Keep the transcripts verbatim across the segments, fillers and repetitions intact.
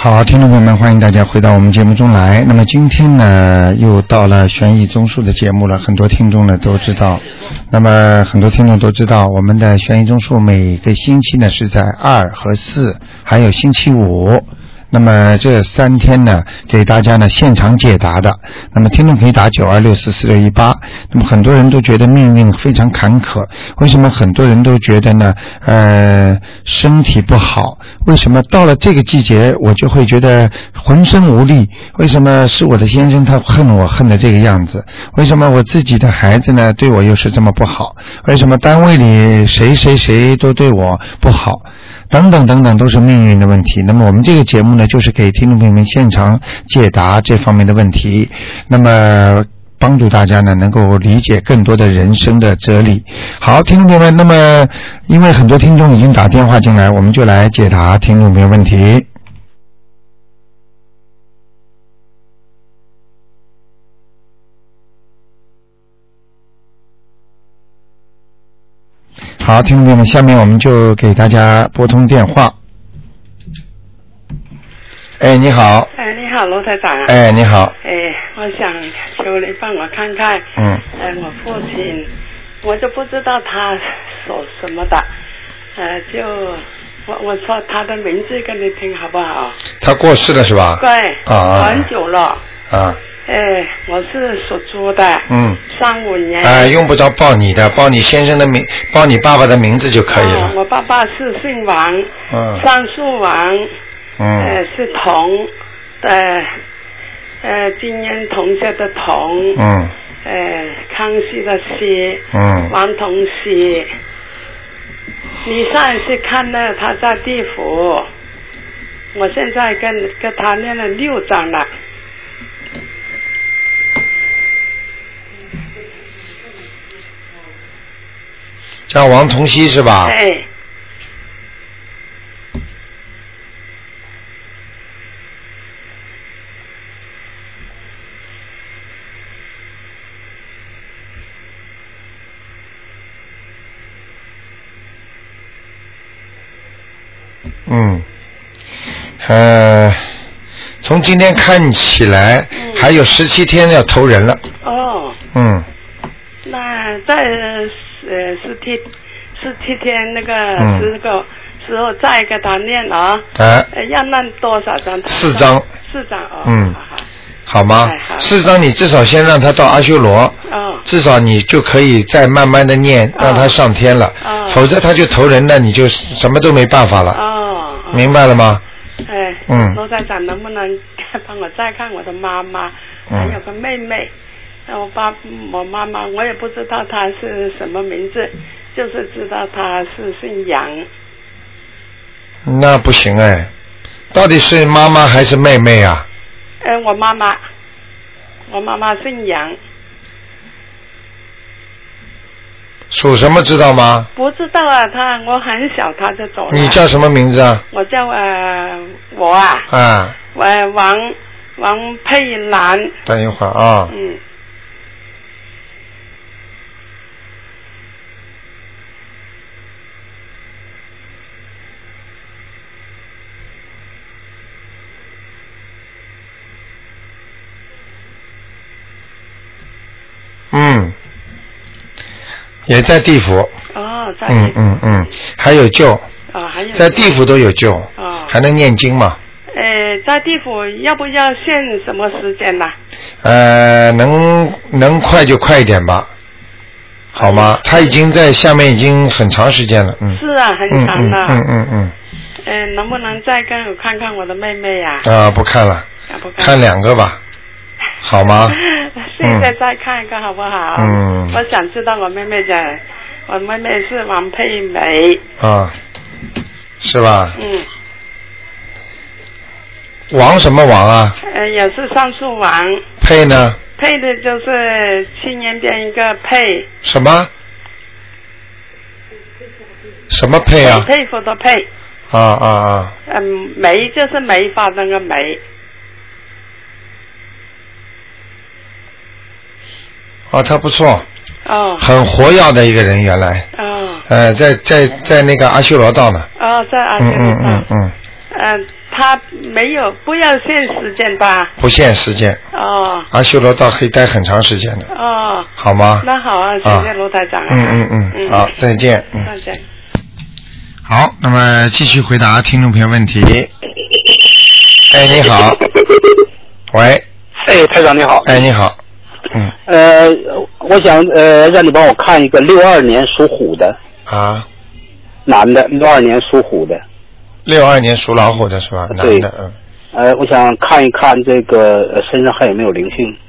好，听众朋友们，欢迎大家回到我们节目中来。那么今天呢，又到了悬疑综述的节目了。很多听众呢都知道，那么很多听众都知道，我们的悬疑综述每个星期呢是在二和四，还有星期五。那么这三天呢，给大家呢现场解答的。那么听众可以打九二六四四六一八。那么很多人都觉得命运非常坎坷，为什么很多人都觉得呢？呃，身体不好，为什么到了这个季节我就会觉得浑身无力？为什么是我的先生他恨我恨的这个样子？为什么我自己的孩子呢对我又是这么不好？为什么单位里谁谁谁都对我不好？等等等等，都是命运的问题。那么我们这个节目呢，就是给听众朋友们现场解答这方面的问题，那么帮助大家呢能够理解更多的人生的哲理。好，听众朋友们，那么因为很多听众已经打电话进来，我们就来解答听众朋友问题。好，听众朋友们，下面我们就给大家拨通电话。哎，你好。 哎，你好，罗台长。 哎，你好。 哎，我想求你帮我看看。嗯。呃，我父亲，我就不知道他属什么的，呃，就我我说他的名字给你听好不好？ 他过世了是吧？ 对。 啊。 很久了。 啊。 哎，我是属猪的。嗯。三五年。 哎，用不着报你的，报你先生的名，报你爸爸的名字就可以了。 哦、我爸爸是姓王。嗯。桑树王。 嗯。 呃，是同，呃，呃，金燕同学的同。 嗯。 呃，康熙的熙。 嗯。 王同熙。你上一次看了他在地府，我现在跟跟他念了六章了。 叫王同熙是吧？ 对。 嗯，呃，从今天看起来，嗯、还有十七天要投人了。 哦。 嗯。 那在呃十七十七天那个十个时候再给他念啊。 哎、 呃。要念多少张？ 四张。 四张哦。 嗯。 好好好吗？ 哎、好四张你至少先让他到阿修罗。 哦。至少你就可以再慢慢的念，让他上天了。哦。否则他就投人了，你就什么都没办法了。 哦。 明白了吗？ 哎。嗯。罗台长，能不能帮我再看我的妈妈，还有个妹妹？我爸我妈妈我也不知道她是什么名字，就是知道她是姓杨。 那不行哎，到底是妈妈还是妹妹啊？ 呃，我妈妈，我妈妈姓杨。 属什么知道吗？ 不知道啊，她我很小她就走了。 你叫什么名字啊？ 我叫呃我啊。 啊。 我王王佩兰。 等一会儿啊。 嗯。 嗯，也在地府。 哦，在地府。 嗯嗯嗯，还有救。 哦，还有。 在地府都有救。 哦。 还能念经嘛？ 呃，在地府要不要限什么时间呢？ 呃，能能快就快一点吧，好吗？他已经在下面已经很长时间了，嗯。 是啊，很长了。 嗯嗯嗯。 呃，能不能再跟我看看我的妹妹呀？ 啊，不看了。 啊，不看。 看两个吧。好吗？ 现在再看一个好不好？嗯。我想知道我妹妹的，我妹妹是王佩梅。 啊，是吧？ 嗯。 王什么王啊？ 呃，也是上树王。 佩呢？ 佩的就是青年边一个佩。 什么？什么佩啊？ 佩服的佩。 啊啊啊！ 嗯，梅就是梅花那个梅。 哦，他不错。 哦。 很活跃的一个人，原来。 哦。 呃，在在在那个阿修罗道呢。 哦，在阿修罗道。 嗯嗯嗯嗯。 呃， 他没有不要限时间吧？ 不限时间。 哦。 阿修罗道可以待很长时间的。 哦。 好吗？ 那好啊，谢谢卢台长啊。 嗯嗯嗯。嗯好，再见。嗯。 再见。 好，那么继续回答听众朋友问题。哎，你好。喂。 哎，台长你好。 哎，你好。嗯。 呃，我想呃让你帮我看一个六二年属虎的。 啊。 男的，六二年属虎的。 六二年属老虎的是吧？男的，嗯。 呃，我想看一看这个呃身上还有没有灵性。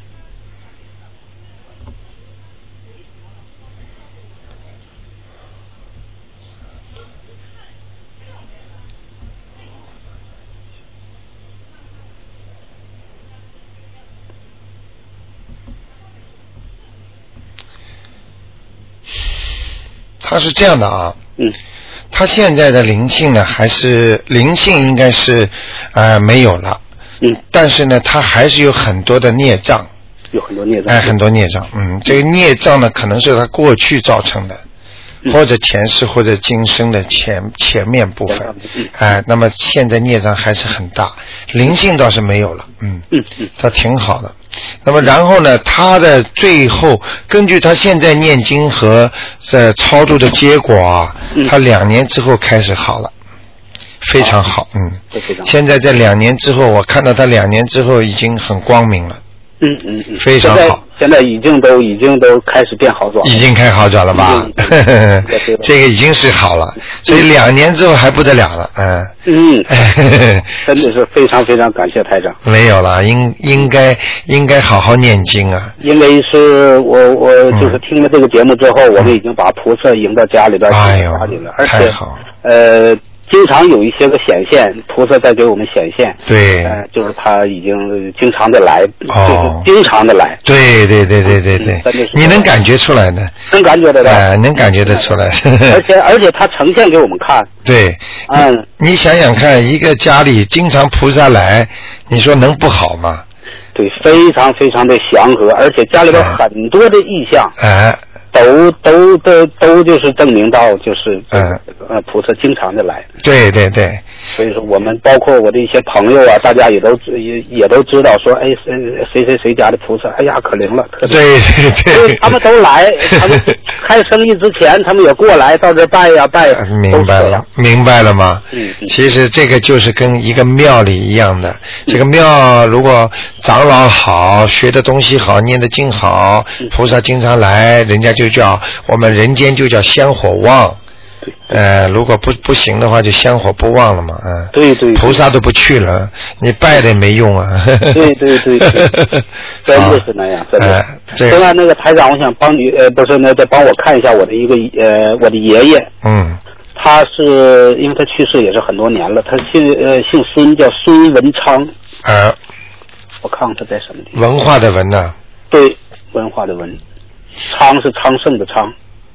他是这样的啊。 嗯。 他现在的灵性呢，还是灵性应该是呃没有了。 嗯。 但是呢，他还是有很多的孽障。 有很多孽障。 哎，很多孽障。嗯，这个孽障呢，可能是他过去造成的。 嗯、 或者前世或者今生的前前面部分，哎、呃，那么现在孽障还是很大，灵性倒是没有了，嗯， 嗯嗯， 他挺好的。那么然后呢，他的最后根据他现在念经和呃超度的结果啊， 嗯、 他两年之后开始好了，非常好，嗯，现在在两年之后，我看到他两年之后已经很光明了。 嗯嗯嗯， 非常好。 现在已经都已经都开始变好转了。 已经开好转了吧？嗯、这个已经是好了，所以两年之后还不得了了，嗯。 嗯，真的是非常非常感谢台长。 没有了，应应该应该好好念经啊。 因为是我我就是听了这个节目之后，嗯、我们已经把菩萨迎到家里边去家里了， 哎、 而且呃。经常有一些个显现，菩萨在给我们显现。 对， 呃，就是他已经经常的来， 哦、 就是经常的来。 对对对对对对，嗯、你能感觉出来的？ 能感觉得到， 哎、呃，能感觉得出来。 而且而且他呈现给我们看。 对，嗯，你想想看，一个家里经常菩萨来，你说能不好吗？ 对，非常非常的祥和，而且家里边很多的意象。 哎。 都都都都就是证明到就是嗯呃菩萨经常的来。 对对对。 所以说我们包括我的一些朋友啊，大家也都也也都知道说，哎谁谁谁谁家的菩萨，哎呀可灵了。 对对对。 因为他们都来，他们开生意之前他们也过来到这拜呀拜。 明白了，明白了吗？ 嗯嗯。 其实这个就是跟一个庙里一样的，这个庙如果长老好，学的东西好，念的经好，菩萨经常来，人家就叫我们人间就叫香火旺。呃，如果不不行的话，就香火不旺了嘛，嗯、呃。 对对。 菩萨都不去了，你拜的也没用啊。 对对对对。真的是那样，真的。 这另外那个台长，我想帮你呃，不是那再帮我看一下我的一个呃我的爷爷。 嗯。 他是因为他去世也是很多年了，他姓呃姓孙，叫孙文昌。 呃。 我看看他在什么地方。 文化的文呢、啊？ 对，文化的文。昌是昌盛的昌。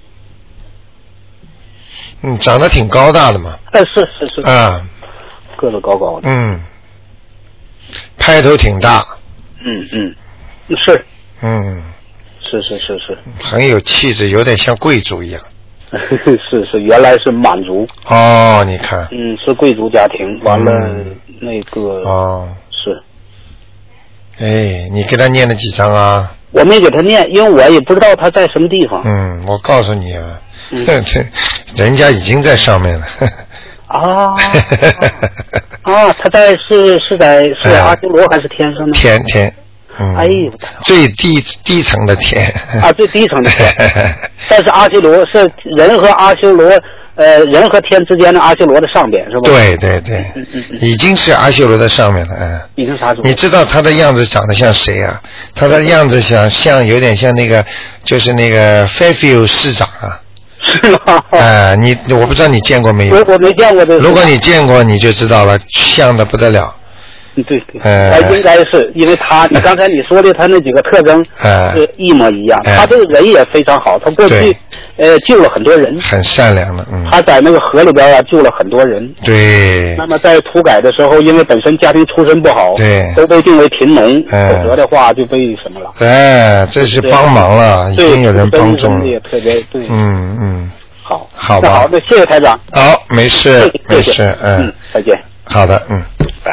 嗯，长得挺高大的嘛。 哎，是是是。 啊， 个子高高的。 嗯，派头挺大。 嗯嗯，是。 嗯， 是是是是。 很有气质，有点像贵族一样。 是是，原来是满族。 哦，你看。 嗯，是贵族家庭，完了、嗯、那个。 哦。 是。 哎，你给他念了几张啊？ 我没给他念，因为我也不知道他在什么地方。 嗯，我告诉你啊， 嗯、 人家已经在上面了。 啊啊！他在是是在是阿修罗还是天上呢？ 天天。嗯、 哎呦， 最低低层的天啊，最低层的天。但是阿修罗是人和阿修罗，呃，人和天之间的阿修罗的上边是吧？ 对对对， 嗯嗯嗯、 已经是阿修罗的上面了，嗯。 已经啥？ 你知道他的样子长得像谁啊？他的样子像像有点像那个，就是那个 Fairfield 市长啊。 是吗？ 哎、呃，你我不知道你见过没有？ 我我没见过这。 如果你见过，你就知道了，像的不得了。 对对，呃，应该是因为他，你刚才你说的他那几个特征是一模一样。 呃、 他这个人也非常好，他过去呃救了很多人， 很善良的。嗯， 他在那个河里边啊救了很多人。 对。 那么在土改的时候，因为本身家庭出身不好， 对， 都被定为贫农， 呃、 否则的话就被什么了。 哎，这是帮忙了，已经有人帮助了。 也特别对。 嗯嗯。 好， 好吧。 好，那谢谢台长。 好，没事，没事， 嗯，再见。 好的，嗯， 拜。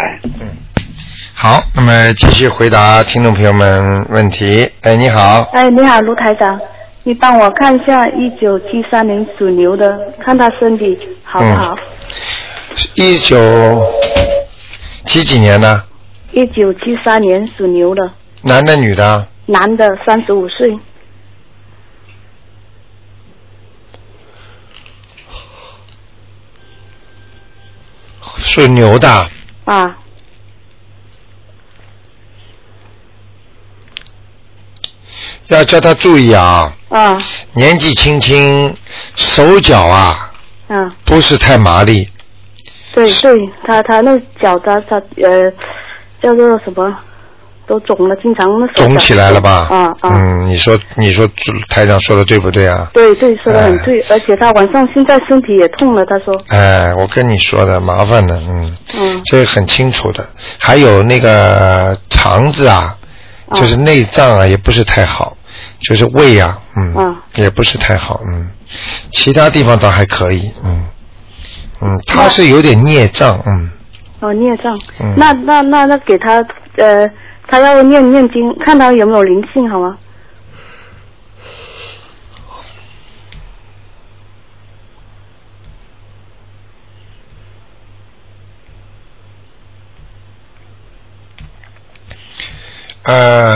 好，那么继续回答听众朋友们问题。哎，你好。 哎，你好，卢台长，你帮我看一下一九七三年属牛的，看他身体好不好？ 一九七几年呢？ 一九七三年属牛的。 男的女的？ 男的，三十五岁。 属牛的。 啊。 要叫他注意啊！ 啊， 年纪轻轻，手脚啊， 嗯、啊， 不是太麻利。 对对，他他那脚他他呃叫做什么，都肿了，经常那手肿起来了吧？ 啊啊！ 嗯，你说你说台长说的对不对啊？ 对对，说的很对，哎、而且他晚上现在身体也痛了，他说。 哎，我跟你说的麻烦的，嗯， 嗯， 这个很清楚的。还有那个肠子啊，就是内脏啊，也不是太好。就是胃啊，嗯，嗯，也不是太好，嗯，其他地方倒还可以，嗯，嗯，他是有点孽障，嗯。 哦，孽障，嗯，那那那那给他呃，他要念念经，看他有没有灵性，好吗？ 呃。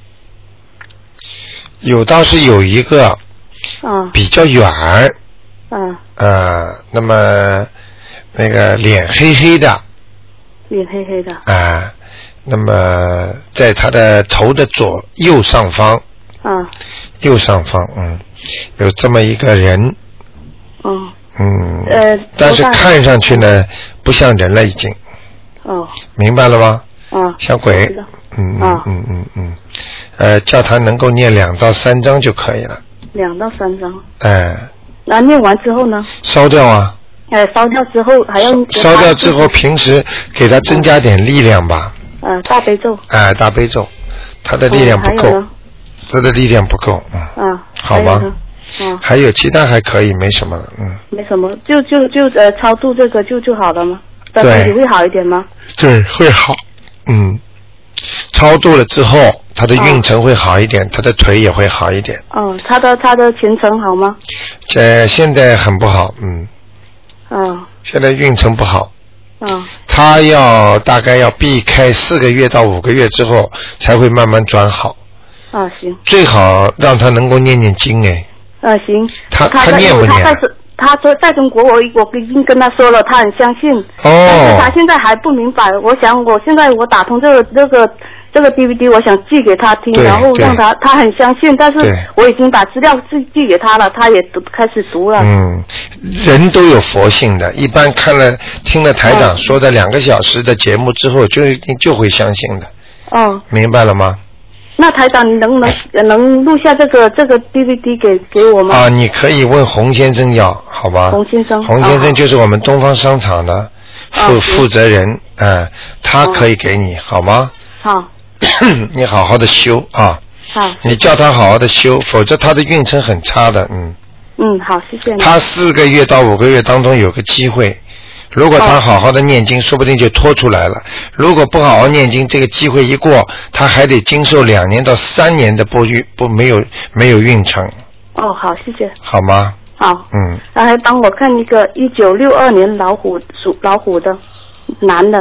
有倒是有一个， 嗯， 比较远， 嗯， 呃，那么那个脸黑黑的， 脸黑黑的， 啊、呃，那么在他的头的左右上方， 嗯， 右上方，嗯，有这么一个人， 嗯， 嗯， 呃， 但是看上去呢，不像人了已经， 哦， 明白了吗？ 嗯， 像鬼，嗯嗯嗯嗯嗯。呃，叫他能够念两到三章就可以了。 两到三章。 哎。 那念完之后呢？ 烧掉啊。 哎，烧掉之后还要。 烧掉之后，平时给他增加点力量吧。 呃，大悲咒。 哎，大悲咒，他的力量不够。嗯、他的力量不够，嗯。 嗯。 好吗？ 嗯。 还有其他还可以，没什么了，嗯。 没什么，就就就呃超度这个就就好了吗？对。身体会好一点吗？ 对，会好，嗯。超度了之后，他的运程会好一点，哦、他的腿也会好一点。 哦，他的他的前程好吗？ 呃，现在很不好，嗯。 哦。 现在运程不好。 哦。 他要大概要避开四个月到五个月之后，才会慢慢转好。 啊，行。 最好让他能够念念经哎。 啊，行。 他他念不念？ 他说在中国，我我已经跟他说了，他很相信。哦。但是他现在还不明白。我想，我现在我打通这个这个这个 D V D， 我想寄给他听，然后让他他很相信。但是我已经把资料寄寄给他了，他也读开始读了。 嗯，人都有佛性的，一般看了听了台长说的两个小时的节目之后，就一定就会相信的。 哦。 明白了吗？ 那台长，你能不能能录下这个这个 D V D 给给我吗？ 啊，你可以问洪先生要，好吧？ 洪先生， 洪先生就是我们东方商场的负、哦、负责人，嗯、呃，他可以给你，哦、好吗？ 好。 你好好的修啊。 好。 你叫他好好的修，否则他的运程很差的，嗯。 嗯，好，谢谢你。 他四个月到五个月当中有个机会。如果他好好的念经，说不定就拖出来了。如果不好好念经，这个机会一过，他还得经受两年到三年的不运不没有没有运程。 哦，好，谢谢。 好吗？ 好。 嗯。 那还帮我看一个一九六二年老虎属老虎的男的。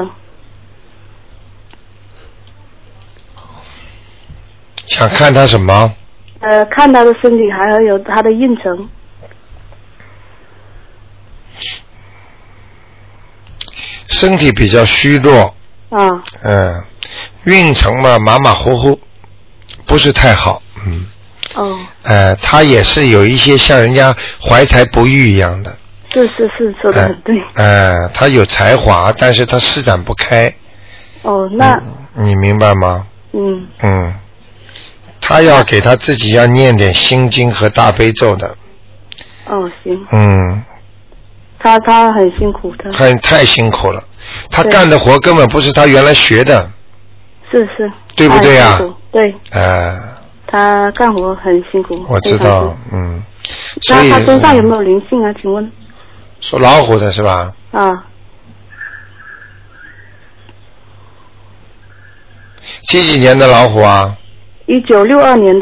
想看他什么？ 呃，看他的身体，还有他的运程。 身体比较虚弱， 啊， 嗯，运程嘛马马虎虎，不是太好，嗯， 哦， 呃，他也是有一些像人家怀才不遇一样的， 是是是，说得很对， 呃，他有才华，但是他施展不开， 哦，那、 嗯、你明白吗？ 嗯嗯，他要给他自己要念点心经和大悲咒的， 哦，行， 嗯。 他他很辛苦的， 太太辛苦了，他干的活根本不是他原来学的， 是是， 对不对呀、啊？ 对， 哎、呃， 他干活很辛苦， 我知道，嗯， 那他身上有没有灵性啊？请问？ 属老虎的是吧？啊， 几几年的老虎啊？ 一九六二年的。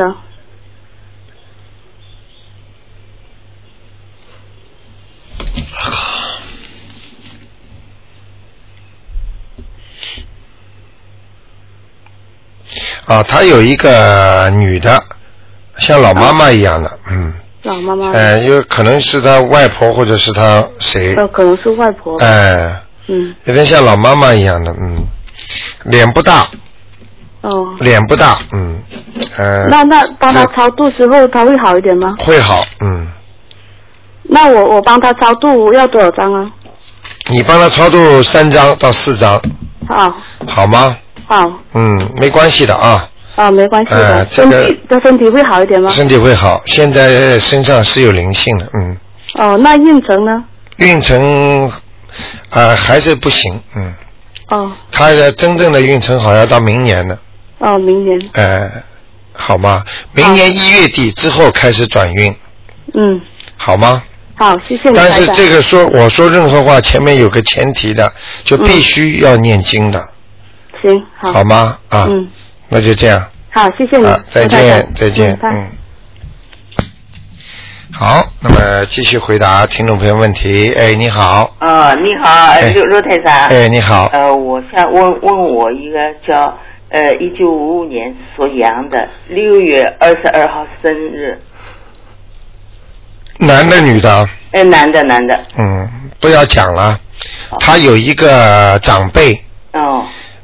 啊，她有一个女的，像老妈妈一样的，嗯。 老妈妈。 呃，有可能是她外婆或者是她谁。 呃，可能是外婆。 哎、呃。 嗯。 有点像老妈妈一样的，嗯。脸不大。 哦。 脸不大，嗯。呃。 那那帮她超度之后，她会好一点吗？ 会好，嗯。 那我我帮她超度要多少张啊？ 你帮她超度三张到四张。 好。 好吗？ 好。 嗯，没关系的啊。 啊，没关系的。 呃，这个身体的身体会好一点吗？ 身体会好，现在身上是有灵性的，嗯。 哦，那运程呢？ 运程，呃，还是不行，嗯。 哦。 他的真正的运程好像到明年呢。 哦，明年。 呃，好吗？明年一月底之后开始转运。 嗯。 好吗？ 好，谢谢你。 但是这个说我说任何话前面有个前提的，就必须要念经的。 嗯、行，好。 好吗？啊。嗯。那就这样。 好，谢谢你。 啊、再见，再见。嗯。嗯好，那么继续回答听众朋友问题。哎，你好。 啊、呃，你好，陆陆台长。 哎，你好。 呃，我想问问我一个叫呃一九五五年属羊的，六月二十二号生日。 男的女的？ 呃，男的男的。 嗯，不要讲了。哦、他有一个长辈。 哦。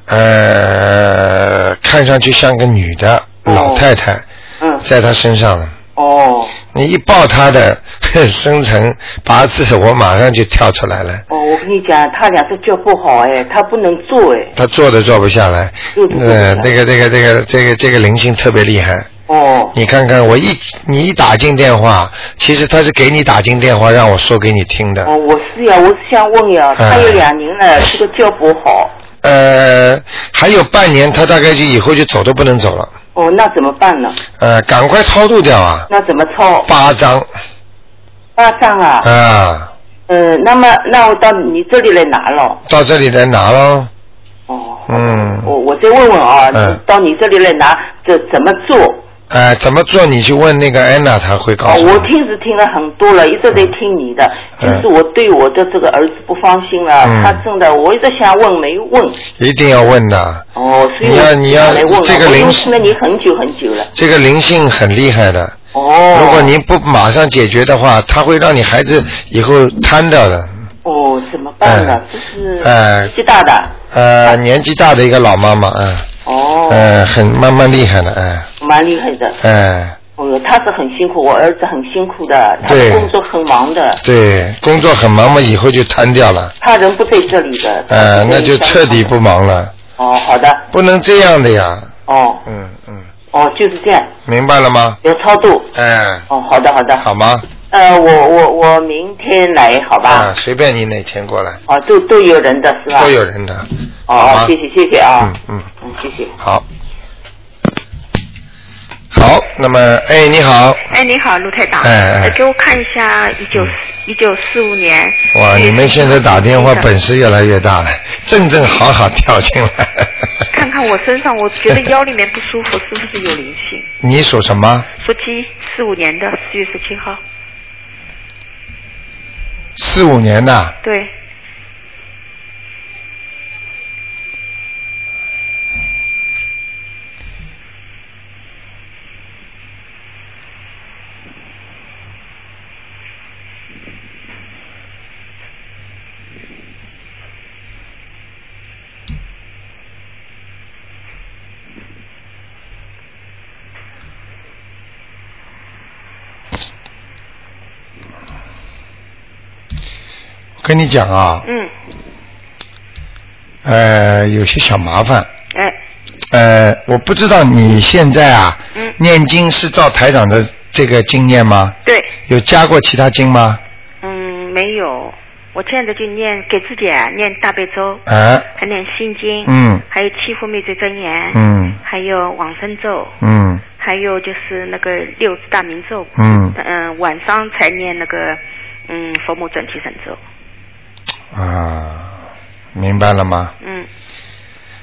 呃，看上去像个女的、哦、老太太。嗯。在他身上了。 哦。 你一报他的生辰八字，我马上就跳出来了。 哦，我跟你讲，他俩是脚不好哎，他不能坐哎。 他坐都坐不下来。呃，那个、那个、那个、这个、这个灵性特别厉害。 哦。 你看看，我一你一打进电话，其实他是给你打进电话，让我说给你听的。 哦，我是呀，我是想问呀，他有两年了，这个脚不好。 呃，还有半年，他大概就以后就走都不能走了。 哦，那怎么办呢？ 呃，赶快超度掉啊！ 那怎么超？ 八张。 八张啊？ 啊。 呃，那么那我到你这里来拿了。 到这里来拿咯。 哦。 嗯。 我我再问问啊，嗯、到你这里来拿，这怎么做？ 呃，怎么做？你去问那个安娜，她会告诉你。 哦，我听是听了很多了，一直在听你的，嗯、就是我对我的这个儿子不放心了，嗯、他真的，我一直想问没问。 一定要问的。 哦，所以你要你要来问这个灵性， 我听了你很久很久了。 这个灵性很厉害的。 哦。 如果您不马上解决的话，他会让你孩子以后瘫掉的。 哦，怎么办呢？这是呃年纪大的。 呃，年纪大的一个老妈妈，嗯。 哦。 呃，很蛮蛮厉害的，哎。 蛮厉害的。 哎。 哦哟，他是很辛苦，我儿子很辛苦的，他的工作很忙的。 对，工作很忙嘛，以后就瘫掉了。 他人不在这里的。 呃，那就彻底不忙了。 哦，好的。 不能这样的呀。 哦。 嗯嗯。 哦，就是这样。 明白了吗？ 有超度。 哎。 哦，好的好的。 好吗？ 呃，我我我明天来，好吧？ 啊，随便你哪天过来。 哦，都都有人的是吧？ 都有人的。 哦，谢谢谢谢啊。 嗯嗯嗯，谢谢。 好。好，那么，哎，你好。 哎，你好，卢台长。 哎哎。 给我看一下一九一九四五年。 哇，你们现在打电话本事越来越大了，正正好好跳进来。 看看我身上，我觉得腰里面不舒服，是不是有灵性？ 你属什么？ 属鸡，四五年的，四月十七号。 四五年的。 对。 跟你讲啊， 嗯， 呃，有些小麻烦。 哎。 呃，我不知道你现在啊， 嗯， 念经是照台长的这个经念吗？ 对。 有加过其他经吗？ 嗯，没有。我现在就念给自己啊，念大悲咒， 啊， 还念心经， 嗯， 还有七佛灭罪真言， 嗯， 还有往生咒， 嗯， 还有就是那个六字大明咒， 嗯， 嗯、呃，晚上才念那个嗯佛母准提神咒。 啊，明白了吗？ 嗯。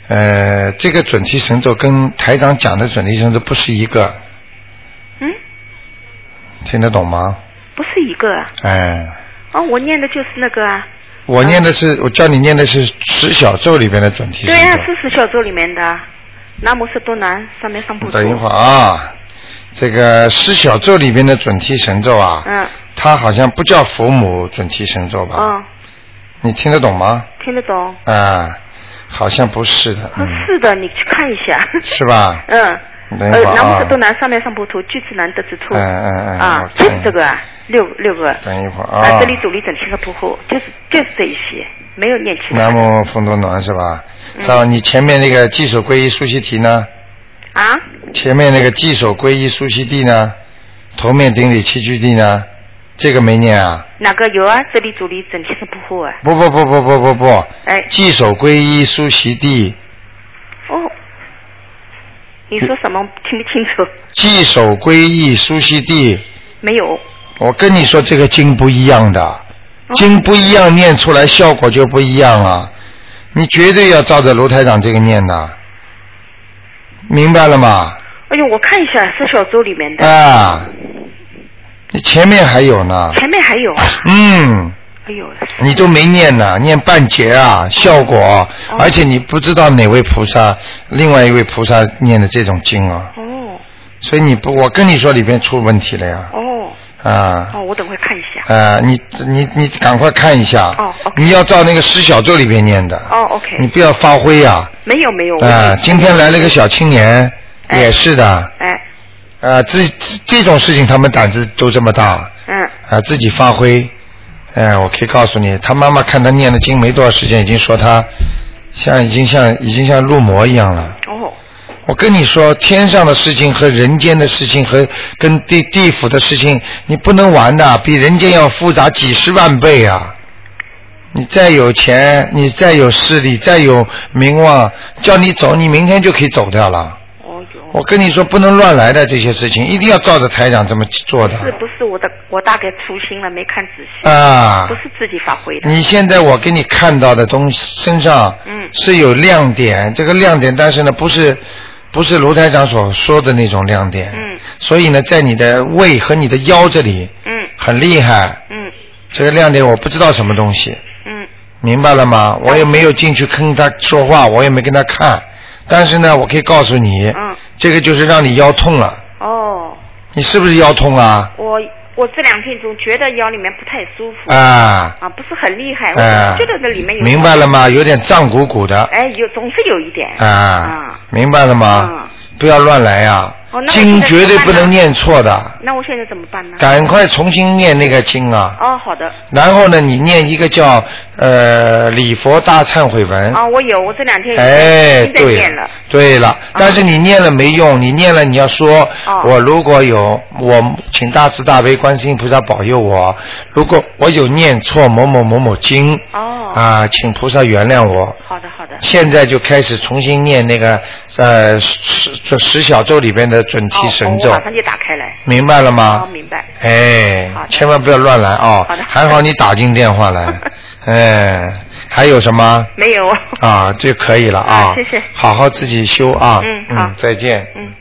呃，这个准提神咒跟台长讲的准提神咒不是一个。 嗯。 听得懂吗？ 不是一个。 哎。 哦，我念的就是那个啊。 我念的是，嗯、我教你念的是十小咒里边的准提神咒。 对呀、啊，是十小咒里面的。南无色多南，上面上不。 等一会儿啊，这个十小咒里边的准提神咒啊， 嗯， 它好像不叫佛母准提神咒吧？ 嗯。 你听得懂吗？ 听得懂。 啊，好像不是的。嗯、 是的，你去看一下。 是吧？ 嗯。 等一会儿啊。 南无色多南，上面上不图，句子难得之处。 嗯嗯嗯。 啊，就是这个啊，六六个。 等一会儿啊。 啊，这里主力整七个不护，就是就是这一些，没有念其他。 南无风多暖是吧？是吧？你前面那个记手皈依苏悉提呢？ 啊？ 前面那个记手皈依苏悉地呢？头面顶礼七句地呢？这个没念啊？ 哪个有啊？这里主力整七个不护啊？ 不不不不不不不。 哎。 记手皈依苏悉地。 哦。你说什么？听不清楚。 记手皈依苏悉地。 没有。 我跟你说，这个经不一样的，哦、经不一样，念出来效果就不一样啊！你绝对要照着卢台长这个念的，明白了吗？ 哎呦，我看一下是小周里面的。 啊，你前面还有呢。 前面还有啊。 嗯。 哎呦。 你都没念呢，念半截啊，效果，哦、而且你不知道哪位菩萨，另外一位菩萨念的这种经啊。 哦。 所以你不，我跟你说里边出问题了呀。 哦。 啊。 哦，我等会看一下。 啊，你你你赶快看一下。 哦。Okay、 你要照那个十小咒里边念的。 哦 ，OK。 你不要发挥呀。 没有没有。 啊，今天来了个小青年， 哎、 也是的。 哎。 啊，这这种事情他们胆子都这么大。 嗯。 啊，自己发挥。哎，我可以告诉你，他妈妈看他念的经没多少时间，已经说他像已经像已经像入魔一样了。 哦。 我跟你说，天上的事情和人间的事情和跟地地府的事情，你不能玩的，比人间要复杂几十万倍啊！你再有钱，你再有势力，再有名望，叫你走，你明天就可以走掉了。 哦哟。 我跟你说，不能乱来的这些事情，一定要照着台长这么做的。 是不是我的？我大概粗心了，没看仔细。 啊。 不是自己发挥的。 你现在我给你看到的东西身上， 嗯， 是有亮点，这个亮点，但是呢，不是。不是卢台长所说的那种亮点， 嗯， 所以呢，在你的胃和你的腰这里， 嗯， 很厉害， 嗯， 这个亮点我不知道什么东西， 嗯， 明白了吗？我也没有进去跟他说话，我也没跟他看，但是呢，我可以告诉你， 嗯， 这个就是让你腰痛了。 哦， 你是不是腰痛啊？ 我我这两天总觉得腰里面不太舒服啊， 啊，不是很厉害， 啊、 我觉得这里面有。 明白了吗？有点胀鼓鼓的。 哎，有总是有一点。 啊， 啊明白了吗？ 嗯、 不要乱来呀、 啊！哦、 经绝对不能念错的。 那我现在怎么办呢？ 赶快重新念那个经啊！ 哦，好的。 然后呢，你念一个叫呃礼佛大忏悔文。 啊、哦，我有，我这两天哎， 已经在念了。 对了，但是你念了没用，你念了你要说， 哦、 我如果有我请大慈大悲观世音菩萨保佑我，如果我有念错某某某某经， 哦， 啊，请菩萨原谅我。 好的好的。 现在就开始重新念那个呃十这十小咒里边的准提神咒。 哦，我马上就打开来。 明白了吗？ 哦，明白。 哎，千万不要乱来啊！ 好的。 还好你打进电话来。哎，还有什么？ 没有。 啊，就可以了啊。 谢谢。 好好自己修啊。 嗯，好。 嗯，再见。 嗯。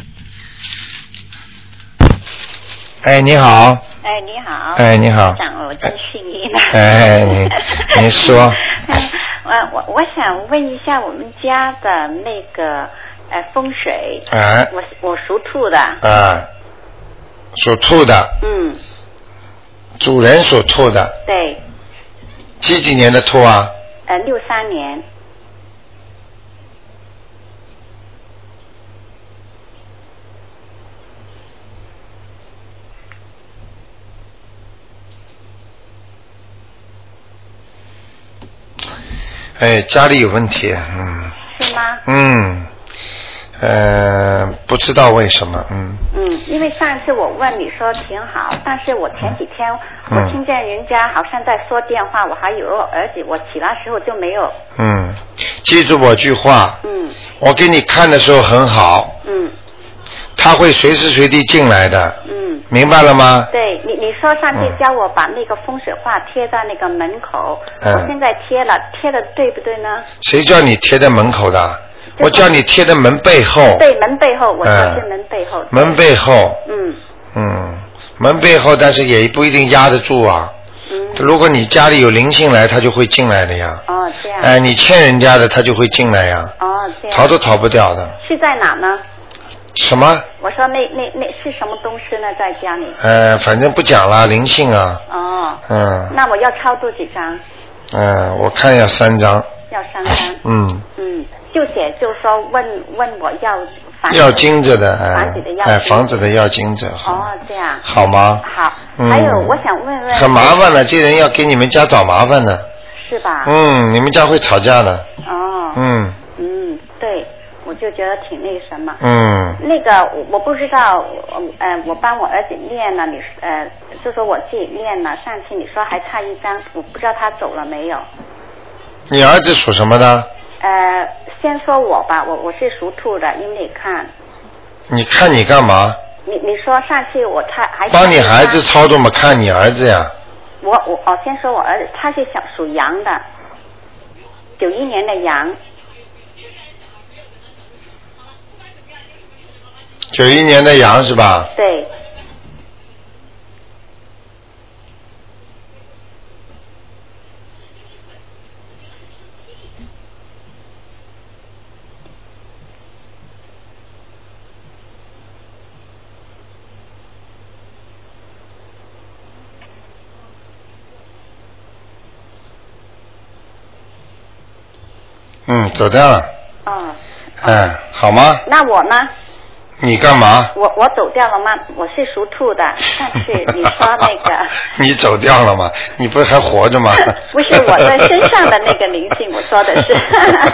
哎，你好。 哎，你好。 哎，你好。 长，我真幸运了。 哎，你你说。 我我我想问一下我们家的那个呃风水。 哎。 我我属兔的。 啊。属兔的。 嗯。 主人属兔的。 对。 几几年的兔啊？ 呃，六三年。 哎，家里有问题，嗯。 是吗？ 嗯，呃，不知道为什么，嗯。 嗯，因为上次我问你说挺好，但是我前几天我听见人家好像在说电话，我还有个儿子，我起来时候就没有。 嗯，记住我句话。 嗯。 我给你看的时候很好。 嗯。 他会随时随地进来的。 嗯。 明白了吗？ 对，你你说上次教我把那个风水画贴在那个门口， 嗯、 我现在贴了，贴的对不对呢？ 谁叫你贴在门口的？ 我叫你贴的门背后。 对，门背后，我说是门背后。 门背后。 嗯。 嗯，门背后，但是也不一定压得住啊。嗯。如果你家里有灵性来，他就会进来的呀。 哦，这样。 哎，你欠人家的，他就会进来呀。 哦，这样。 逃都逃不掉的。 是在哪呢？ 什么？ 我说那那那是什么东西呢？在家里？ 呃，反正不讲了，灵性啊。 哦。 嗯。 那我要超度几张？ 嗯，我看要三张。 要三张。 嗯。 嗯，就写就是说问问我要房要金子的，哎， 房子的要哎，房子的要金子。 哦，这样。 好吗？ 好。 嗯。 还有，我想问问。 很麻烦的，这人要给你们家找麻烦的。 是吧？ 嗯，你们家会吵架的。 哦。 嗯。 嗯，对。我就觉得挺那什么， 嗯， 那个我我不知道，呃，我帮我儿子念了，你呃，就说我自己念了，上次你说还差一张，我不知道他走了没有。 你儿子属什么的？ 呃，先说我吧，我我是属兔的，因为你看。 你看你干嘛？ 你你说上次我他还帮你孩子操作嘛？看你儿子呀。 我我哦，先说我儿子，他是小属羊的，九一年的羊。 九一年的羊是吧？ 对。 嗯，走掉了。 哦。 嗯，好吗？ 那我呢？ 你干嘛？ 我我走掉了吗？我是属兔的，上次你说那个。 你走掉了吗？你不是还活着吗？ 不是我在身上的那个灵性，我说的是。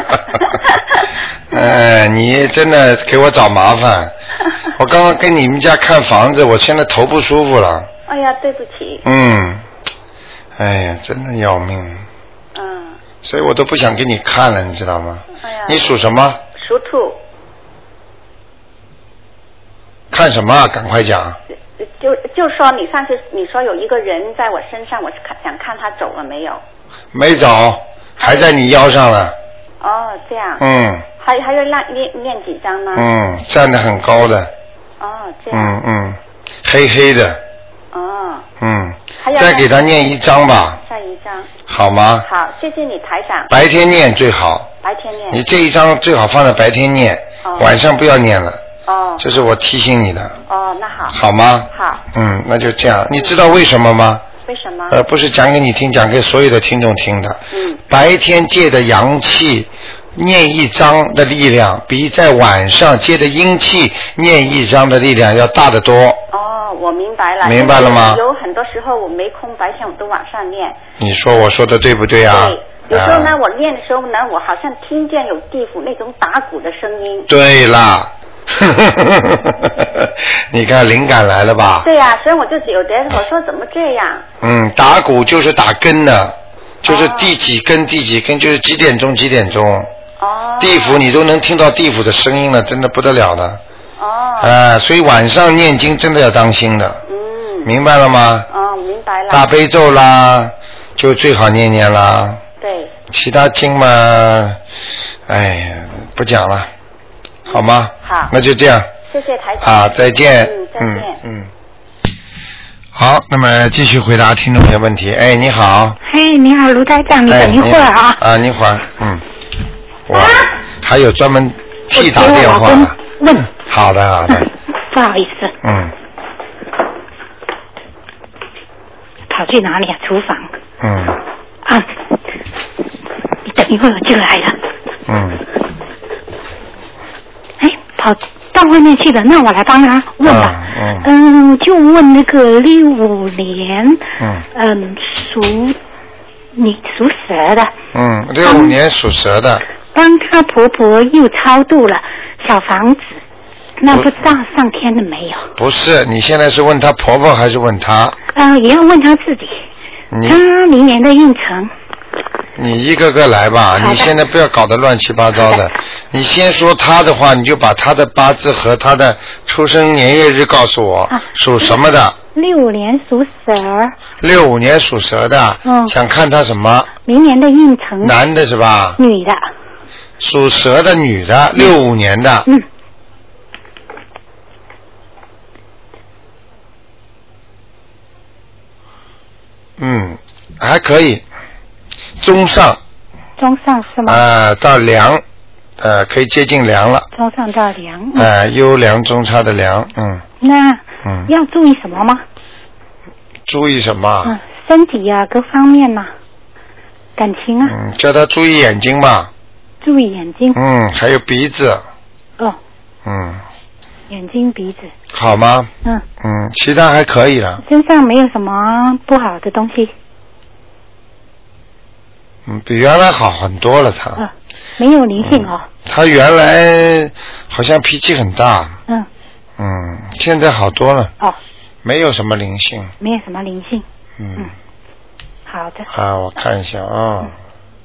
呃，你真的给我找麻烦。我刚刚跟你们家看房子，我现在头不舒服了。 哎呀，对不起。 嗯，哎呀，真的要命。 嗯。 所以我都不想给你看了，你知道吗？ 哎呀。 你属什么？ 属兔。 看什么？赶快讲。 就就说你上次你说有一个人在我身上，我看想看他走了没有？ 没走，还在你腰上了。 哦，这样。 嗯。 还还要念念念几张呢？ 嗯，站得很高的。 哦，这样。 嗯嗯，黑黑的。 哦。 嗯。 还要再给他念一张吧。 再一张。 好吗？ 好，谢谢你台长。 白天念最好。 白天念。 你这一张最好放在白天念， 哦、 晚上不要念了。 哦。 这是我提醒你的。 哦，那好。 好吗？ 好。 嗯，那就这样。你知道为什么吗？ 为什么？ 呃，不是讲给你听，讲给所有的听众听的。 嗯。 白天借的阳气念一张的力量，比在晚上借的阴气念一张的力量要大得多。 哦，我明白了。 明白了吗？ 有很多时候我没空，白天我都晚上念。 你说我说的对不对啊？ 对。有时候呢，我念的时候呢，我好像听见有地府那种打鼓的声音。 对啦。你看灵感来了吧？ 对呀、啊，所以我就有的我说怎么这样？ 嗯，打鼓就是打根的，就是第几根、哦、第几根，就是几点钟几点钟。 哦。 地府你都能听到地府的声音了，真的不得了的。 哦。 啊、呃，所以晚上念经真的要当心的。 嗯。 明白了吗？ 哦，明白了。 大悲咒啦，就最好念念啦。 对。其他经嘛，哎，不讲了。好吗？ 好， 那就这样。 谢谢台长。 啊，再见。 嗯，再见。 嗯嗯。好，那么继续回答听众朋友问题。哎，你好。 嘿，你好，卢台长，你等一会儿啊。 啊，你会儿，嗯。哇，还有专门替打电话的。 问。 好的，好的。 不好意思。 嗯。 跑去哪里啊？厨房。 嗯。 啊，你等一会儿我就来了。 嗯。 跑到外面去了，那我来帮他问吧。 嗯， 嗯、呃，就问那个六五年， 嗯， 嗯，属你属蛇的。 嗯，六五年属蛇的。 帮她婆婆又超度了小房子，那不知道上天了没有？ 不是，你现在是问她婆婆还是问她？ 呃，也要问她自己。她明年的运程。 你一个个来吧，你现在不要搞得乱七八糟的。你先说他的话，你就把他的八字和他的出生年月日告诉我，啊、属什么的？ 六五年属蛇。 六五年属蛇的，嗯，想看他什么？ 明年的运程。 男的是吧？ 女的。 属蛇的女的，六五年的。 嗯。 嗯，还可以，中上。 中上是吗？ 啊、呃，到良，呃，可以接近良了。 中上到良。 啊、呃，优良中差的良，嗯。 那嗯， 要注意什么吗？ 注意什么？ 嗯，身体呀、啊，各方面呐、啊，感情啊。 嗯，叫他注意眼睛吧。 注意眼睛。 嗯，还有鼻子。 哦。 嗯。 眼睛、鼻子。 好吗？ 嗯。 嗯，其他还可以了。 身上没有什么不好的东西。 嗯，比原来好很多了，他。 嗯，没有灵性哦。 嗯、他原来好像脾气很大。 嗯。 嗯，现在好多了。 哦。 没有什么灵性。 没有什么灵性。 嗯。 嗯好的。 啊，我看一下啊。嗯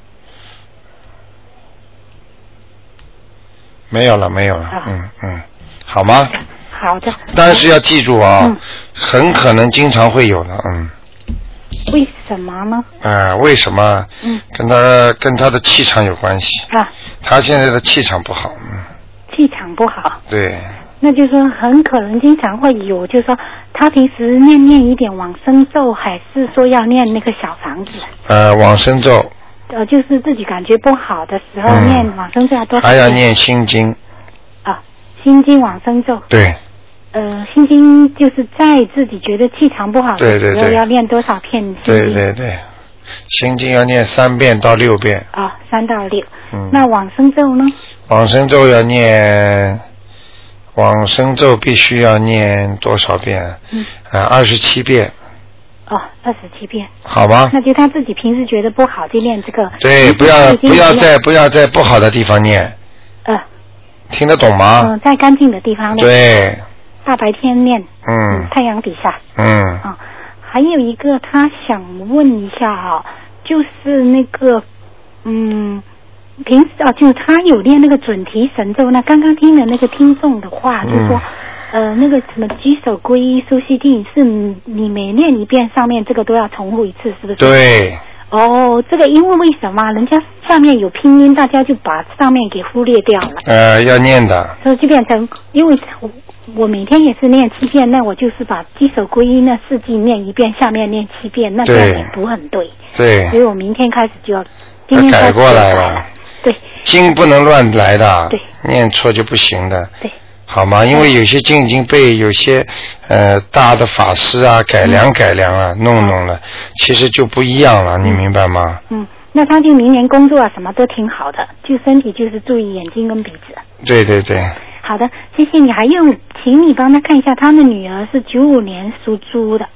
没有了，没有了，嗯嗯，好吗？ 好的。 但是要记住啊， 嗯、 很可能经常会有的，嗯。 为什么呢？ 啊、呃，为什么？ 嗯。 跟他跟他的气场有关系。 啊。 他现在的气场不好，嗯。 气场不好。 对。 那就是说，很可能经常会有，就是说，他平时念念一点往生咒，还是说要念那个小房子？ 呃，往生咒。 呃，就是自己感觉不好的时候、嗯、念往生咒要多少？ 还要念心经。 啊，心经往生咒。 对。 呃，心经就是在自己觉得气场不好的时候， 对对对， 要念多少遍心经？ 对对对，心经要念三遍到六遍。 啊，三到六。 嗯。 那往生咒呢？ 往生咒要念，往生咒必须要念多少遍？ 嗯。 啊，二十七遍。 哦，二十七遍。 好吗？ 那就他自己平时觉得不好就念这个。 对，不要不要在不要在不好的地方念。 呃。 听得懂吗？ 嗯，在干净的地方念。 对。 大白天念。 嗯。 嗯太阳底下。 嗯。 啊，还有一个他想问一下啊，就是那个嗯，平时啊，就是他有练那个准提神咒，那刚刚听的那个听众的话，就是说。呃，那个什么稽首皈依苏悉地是你你每念一遍，上面这个都要重复一次，是不是？ 对。 哦，这个因为为什么人家下面有拼音，大家就把上面给忽略掉了。 呃，要念的。 所以就变成，因为我我每天也是念七遍，那我就是把稽首皈依那四句念一遍，下面念七遍，那这样也不很对。 对。 所以我明天开始就要，今天改过来了。 对。 经不能乱来的。 对。 念错就不行的。 对。 好吗？因为有些经已经被有些呃大的法师啊改良改良啊、嗯、弄弄了，其实就不一样了，你明白吗？ 嗯，那他就明年工作啊什么都挺好的，就身体就是注意眼睛跟鼻子。 对对对。 好的，谢谢你。还有，请你帮他看一下，他的女儿是九五年属猪的。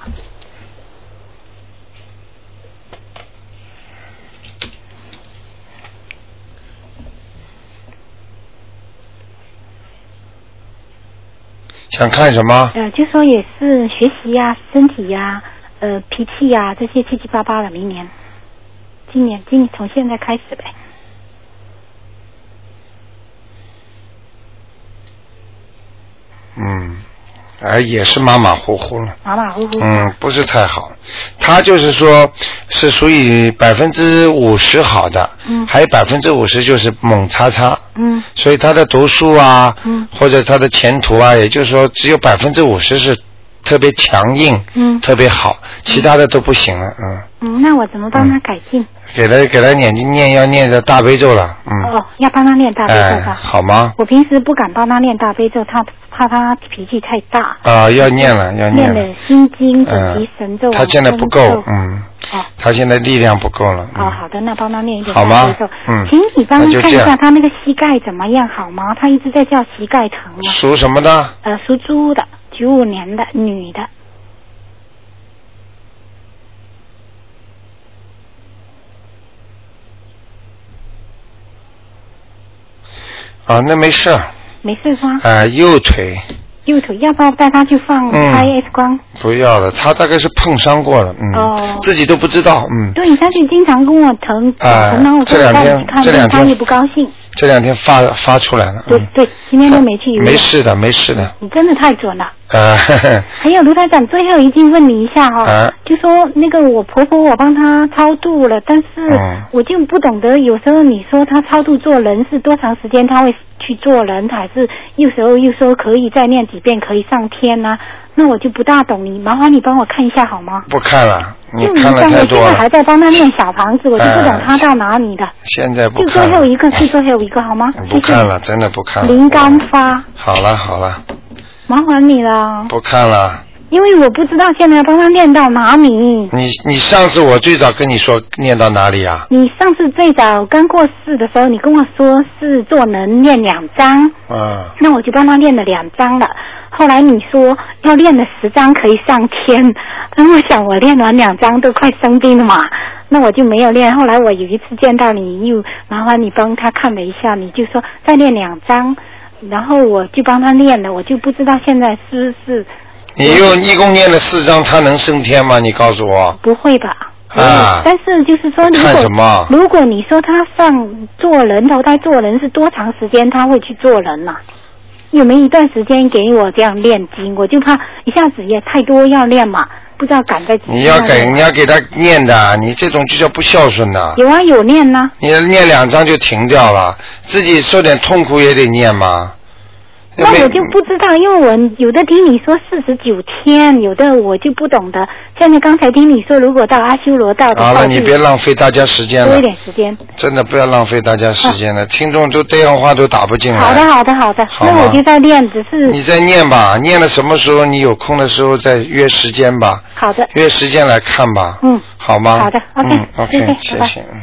想看什么？ 呃，就说也是学习呀、啊、身体呀、啊、呃脾气呀、啊、这些七七八八的。明年，今年，今年从现在开始呗。 嗯，哎，也是马马虎虎了。 马马虎虎。 嗯，不是太好。他就是说，是属于百分之五十好的，嗯，还有百分之五十就是猛叉叉， 嗯， 所以他的读书啊， 嗯， 或者他的前途啊，也就是说只有百分之五十是特别强硬， 嗯， 特别好，其他的都不行了，嗯。 嗯，那我怎么帮他改进？嗯、 给他给他念念要念的大悲咒了，嗯。 哦，要帮他念大悲咒吧、 哎？好吗？ 我平时不敢帮他念大悲咒，他怕他脾气太大。 啊，要念了，要念了。 念了心经、准提神咒、 嗯。他现在不够，嗯。 哦。 他现在力量不够了。 嗯、哦，好的，那帮他念一点大悲咒。 嗯。 请你帮他看一下他那个膝盖怎么样，好吗？他一直在叫膝盖疼啊。 属什么的？ 呃，属猪的，九五年的女的。 啊，那没事。 没事吗？ 啊、呃，右腿。 右腿，要不要带他去放拍 X 光、嗯？ 不要了，他大概是碰伤过了，嗯， 哦、 自己都不知道，嗯。 对，他就经常跟我疼， 啊、 然后我这两天这两天他也不高兴。 这两天发发出来了。 对、 嗯、 对，今天都没去。 没事的，没事的。 你真的太准了。 啊， 还有卢台长，最后一句问你一下哈、哦啊，就说那个我婆婆我帮她超度了，但是我就不懂得，有时候你说她超度做人是多长时间她会去做人，还是有时候又说可以再念几遍可以上天呢、啊？那我就不大懂，你麻烦你帮我看一下好吗？ 不看了，你看了太多了。 就你现在还在帮她念小房子，我就不懂她到哪里的。 呃、现在不看了。 就最后一个，是最后一个好吗？ 不看了，真的不看了。 林刚发。 好了好了。 麻烦你了。 不看了。 因为我不知道现在要帮他念到哪里。 你你上次我最早跟你说念到哪里啊？ 你上次最早刚过世的时候，你跟我说是做人念两张。 嗯。 那我就帮他念了两张了。后来你说要念了十张可以上天，但我想我念完两张都快生病了嘛，那我就没有念。后来我有一次见到你，又麻烦你帮他看了一下，你就说再念两张，然后我就帮他念了，我就不知道现在是不是。 你又一共念了四张，他能升天吗？你告诉我。 不会吧？ 啊！ 但是就是说，如看什么？ 如果你说他上做人投胎做人是多长时间他会去做人呐、啊？有没有一段时间给我这样练经？我就怕一下子也太多要练嘛，不知道赶在。 你要给你要给他念的，你这种就叫不孝顺的。 有啊，有念呢、啊。 你念两张就停掉了，自己受点痛苦也得念嘛。 那我就不知道，因为我有的听你说四十九天，有的我就不懂的。像你刚才听你说，如果到阿修罗道的话， 好了，你别浪费大家时间了。 多一点时间。 真的不要浪费大家时间了，啊、听众都电话都打不进来。 好的，好的，好的。好那我就在练，只是。 你在念吧，念了什么时候你有空的时候再约时间吧。 好的。 约时间来看吧。 嗯。 好吗？ 好的 ，OK， 嗯 ，OK，谢谢谢。嗯。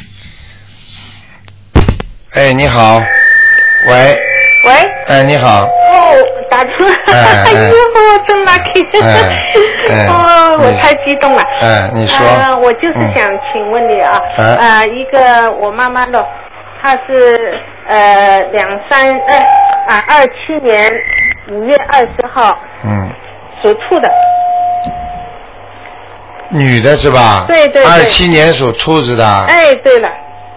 哎，你好。喂。 喂。 哎，你好。 哦，打通了。 哎哎呦，真 lucky。 哎哎。 哦，我太激动了。 哎，你说。 呃，我就是想请问你啊， 嗯、 呃，一个我妈妈的，她是呃两三二啊二七年五月二十号。 嗯。 属兔的。 女的是吧？ 对对对。 二七年属兔子的。 哎，对了。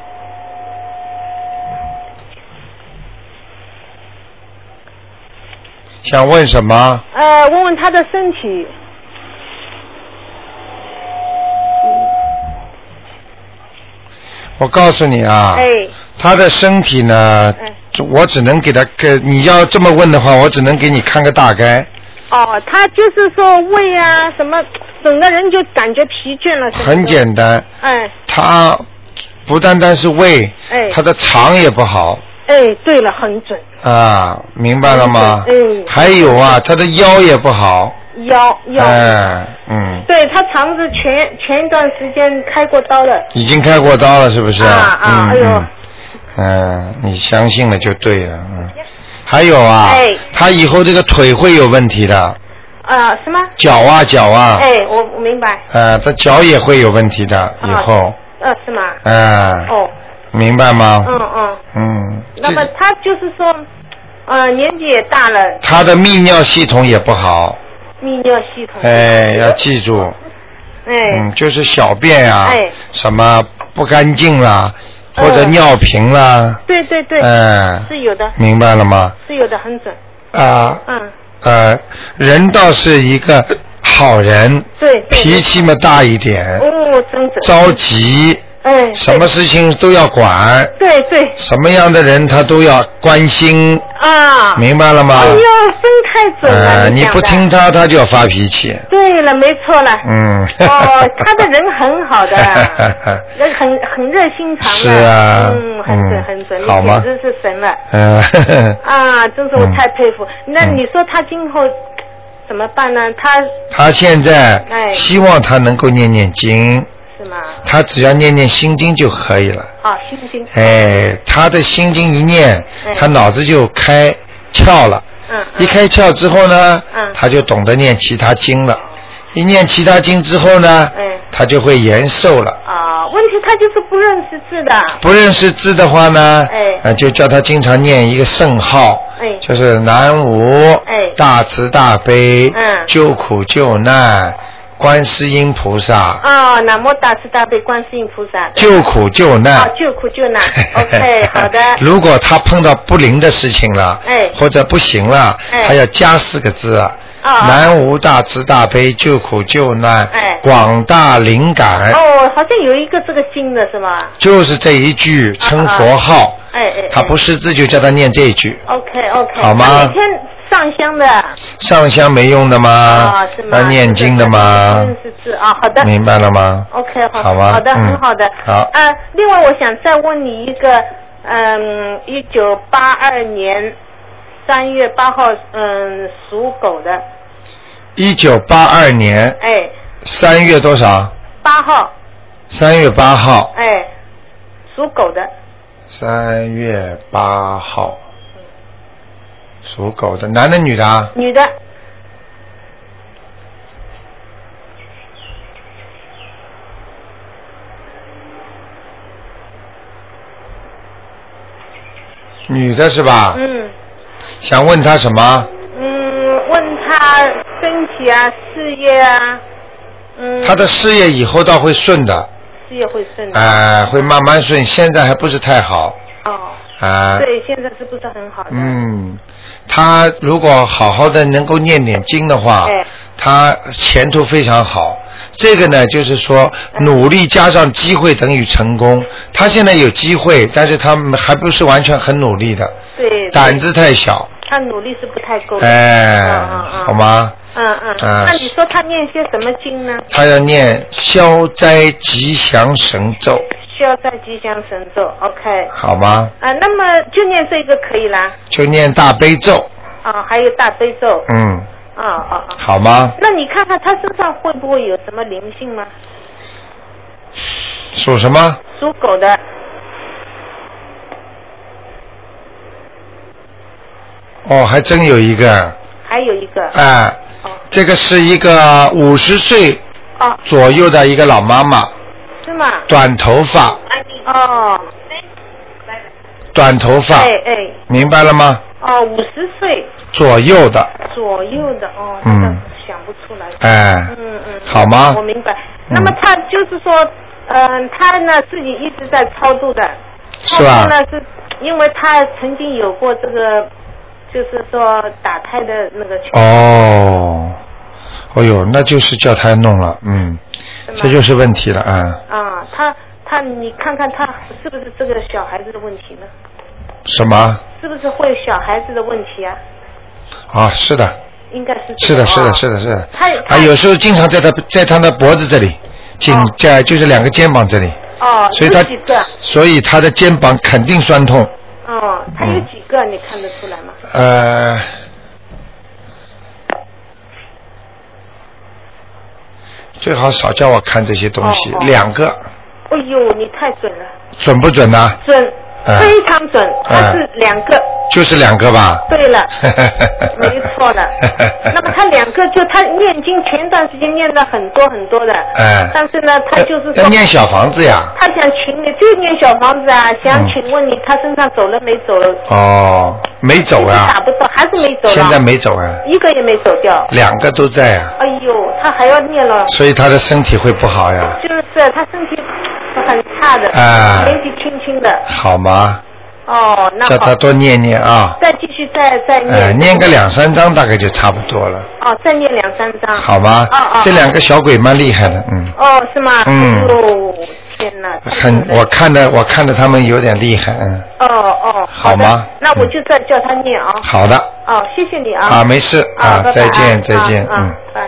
想问什么？ 呃，问问他的身体。 我告诉你啊， 哎， 他的身体呢，哎、我只能给他个，你要这么问的话，我只能给你看个大概。 哦，他就是说胃啊什么，整个人就感觉疲倦了。 很简单。 哎。 他不单单是胃， 哎， 他的肠也不好。 哎，对了，很准。 啊，明白了吗？ 嗯。 还有啊，他的腰也不好。 腰腰。 哎，嗯。 对他肠子前前一段时间开过刀了。 已经开过刀了，是不是？ 啊啊！ 嗯、 哎呦。 嗯、呃，你相信了就对了，嗯。还有啊， 哎， 他以后这个腿会有问题的。 啊，什么？ 脚啊，脚啊。 哎，我我明白。 呃，他脚也会有问题的，以后。 呃，是吗？ 啊。 哦。 明白吗？ 嗯嗯。 嗯。 那么他就是说，呃，年纪也大了。 他的泌尿系统也不好。 泌尿系统。 哎，要记住。 哎。 嗯，就是小便啊， 哎， 什么不干净啦，或者尿频啦。 对对对。 哎。 是有的。 明白了吗？ 是有的，很准。 啊。 嗯。 呃，人倒是一个好人。 对。 脾气嘛大一点。 哦，真准。 着急。 哎。 什么事情都要管。 对对。 什么样的人他都要关心。 啊。 明白了吗？ 哎呦，真太准了！ 呃、你, 你不听他，他就要发脾气。 对了，没错了。 嗯。 哦，他的人很好的，人很很热心肠的。 是啊。 嗯，很准很准， 好吗？ 你简直是神了。 嗯。 啊，真是我太佩服。嗯、那你说他今后怎么办呢？他他现在哎， 希望他能够念念经。 是吗？ 他只要念念心经就可以了。 好，心经。 哎，他的心经一念， 哎、 他脑子就开窍了。 嗯。 一开窍之后呢， 嗯， 他就懂得念其他经了。一念其他经之后呢， 哎， 他就会延寿了。 啊，问题他就是不认识字的。 不认识字的话呢， 哎， 呃，就叫他经常念一个圣号， 哎， 就是南无， 哎， 大慈大悲， 嗯， 救苦救难。观世音菩萨啊，南无大慈大悲观世音菩萨， 救苦救难啊，救苦救难，OK， 好的。 如果他碰到不灵的事情了， 哎， 或者不行了， 哎， 他要加四个字， 啊。 南无大慈大悲救苦救难， 哎， 广大灵感。 哦，好像有一个这个经的是吗？ 就是这一句称佛号。 啊啊哎哎。 他不识字就叫他念这一句。 OK OK。 好吗？ 每天上香的。 上香没用的吗？ 啊，是吗？ 要念经的吗？ 是是是啊，好的。 明白了吗 ？OK， 好， 好吗？ 好的， 嗯、 很好的。 好。 呃，另外我想再问你一个，嗯，一九八二年三月八号，嗯，属狗的。 一九八二年。 哎。 三月多少？ 八号。 三月八号。 哎，属狗的。 三月八号。属狗的，男的女的啊？ 女的。 女的是吧？ 嗯。 想问他什么？ 嗯，问他身体啊，事业啊，嗯。 他的事业以后倒会顺的。 事业会顺的。 哎、呃，会慢慢顺，现在还不是太好。 哦。 啊、呃。 对，现在是不是很好的？ 嗯，他如果好好的能够念点经的话， 哎、 他前途非常好。这个呢，就是说努力加上机会等于成功。他现在有机会，但是他还不是完全很努力的。 对。 胆子太小。 他努力是不太够的。 哎、 嗯嗯嗯， 好吗？ 嗯嗯。 啊、 那你说他念些什么经呢？ 他要念消灾吉祥神咒。 消灾吉祥神咒 ，OK。 好吗？ 啊，那么就念这个可以啦。 就念大悲咒。 啊，还有大悲咒。 嗯。 啊啊啊！ 好吗？ 那你看看他身上会不会有什么灵性吗？ 属什么？ 属狗的。 哦，还真有一个。 还有一个。 哎、呃，哦、这个是一个五十岁左右的一个老妈妈。 是吗？ 短头发。 哦。 短头发。 哎哎。 明白了吗？ 哦，五十岁。 左右的。 左右的哦， 嗯， 想不出来。 哎。 嗯嗯。 好吗？ 我明白。那么他就是说，嗯、呃，他呢自己一直在超度的。 是吧？ 超度呢是因为他曾经有过这个，就是说打胎的那个。 哦。哦呦，那就是叫他弄了，嗯，这就是问题了啊。 啊，他他，你看看他是不是这个小孩子的问题呢？ 什么？ 是不是会有小孩子的问题啊？ 啊，是的。 应该是。 是的，是的，是的，是的。 他啊，有时候经常在他在他的脖子这里，颈在、哦、就是两个肩膀这里。 哦。 所以他几个？ 所以他的肩膀肯定酸痛。 哦，他有几个？嗯、你看得出来吗？ 呃。最好少叫我看这些东西， 哦哦、 两个。 哎呦，你太准了。 准不准呢、啊？ 准， 呃、 非常准，它是两个。 就是两个吧。 对了，没错的。那么他两个就他念经前段时间念了很多很多的， 哎， 但是呢，他就是说要念小房子呀。 他想请你，就念小房子啊，想请问你，他身上走了没走？ 哦，没走啊。 打不到，还是没走。 现在没走啊。 一个也没走掉。 两个都在啊。 哎呦，他还要念了。 所以他的身体会不好呀。 就是他身体很差的， 啊， 年纪轻轻的。 好吗？ 哦，那好。 叫他多念念啊。 再继续再再念。 哎，念个两三章大概就差不多了。 哦，再念两三章。 好吗？ 哦哦。 这两个小鬼蛮厉害的，嗯。 哦，是吗？ 嗯。 哦，天哪！ 很，我看的我看的他们有点厉害，嗯。 哦哦。 好吗？ 那我就再叫他念啊。 好的。 哦，谢谢你啊。 啊，没事啊，再见再见，嗯。 拜。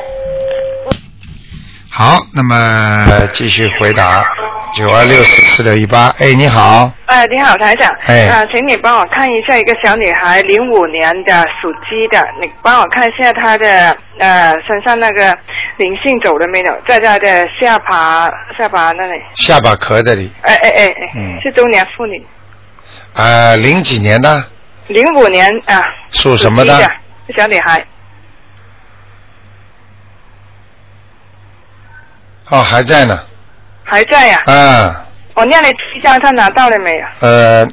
好，那么继续回答九二六四四六一八。哎，你好。 哎，你好，台长。 哎。 啊、呃，请你帮我看一下一个小女孩，零五年的，属鸡的，你帮我看一下她的呃身上那个灵性走了没有，在她的下巴下巴那里。 下巴壳这里。 哎哎哎哎。 嗯。 是中年妇女。 呃，零几年的？ 零五年啊。 属什么的？ 的小女孩。 哦，还在呢。 还在呀、 啊？啊。 我念了七张，他拿到了没有？ 呃。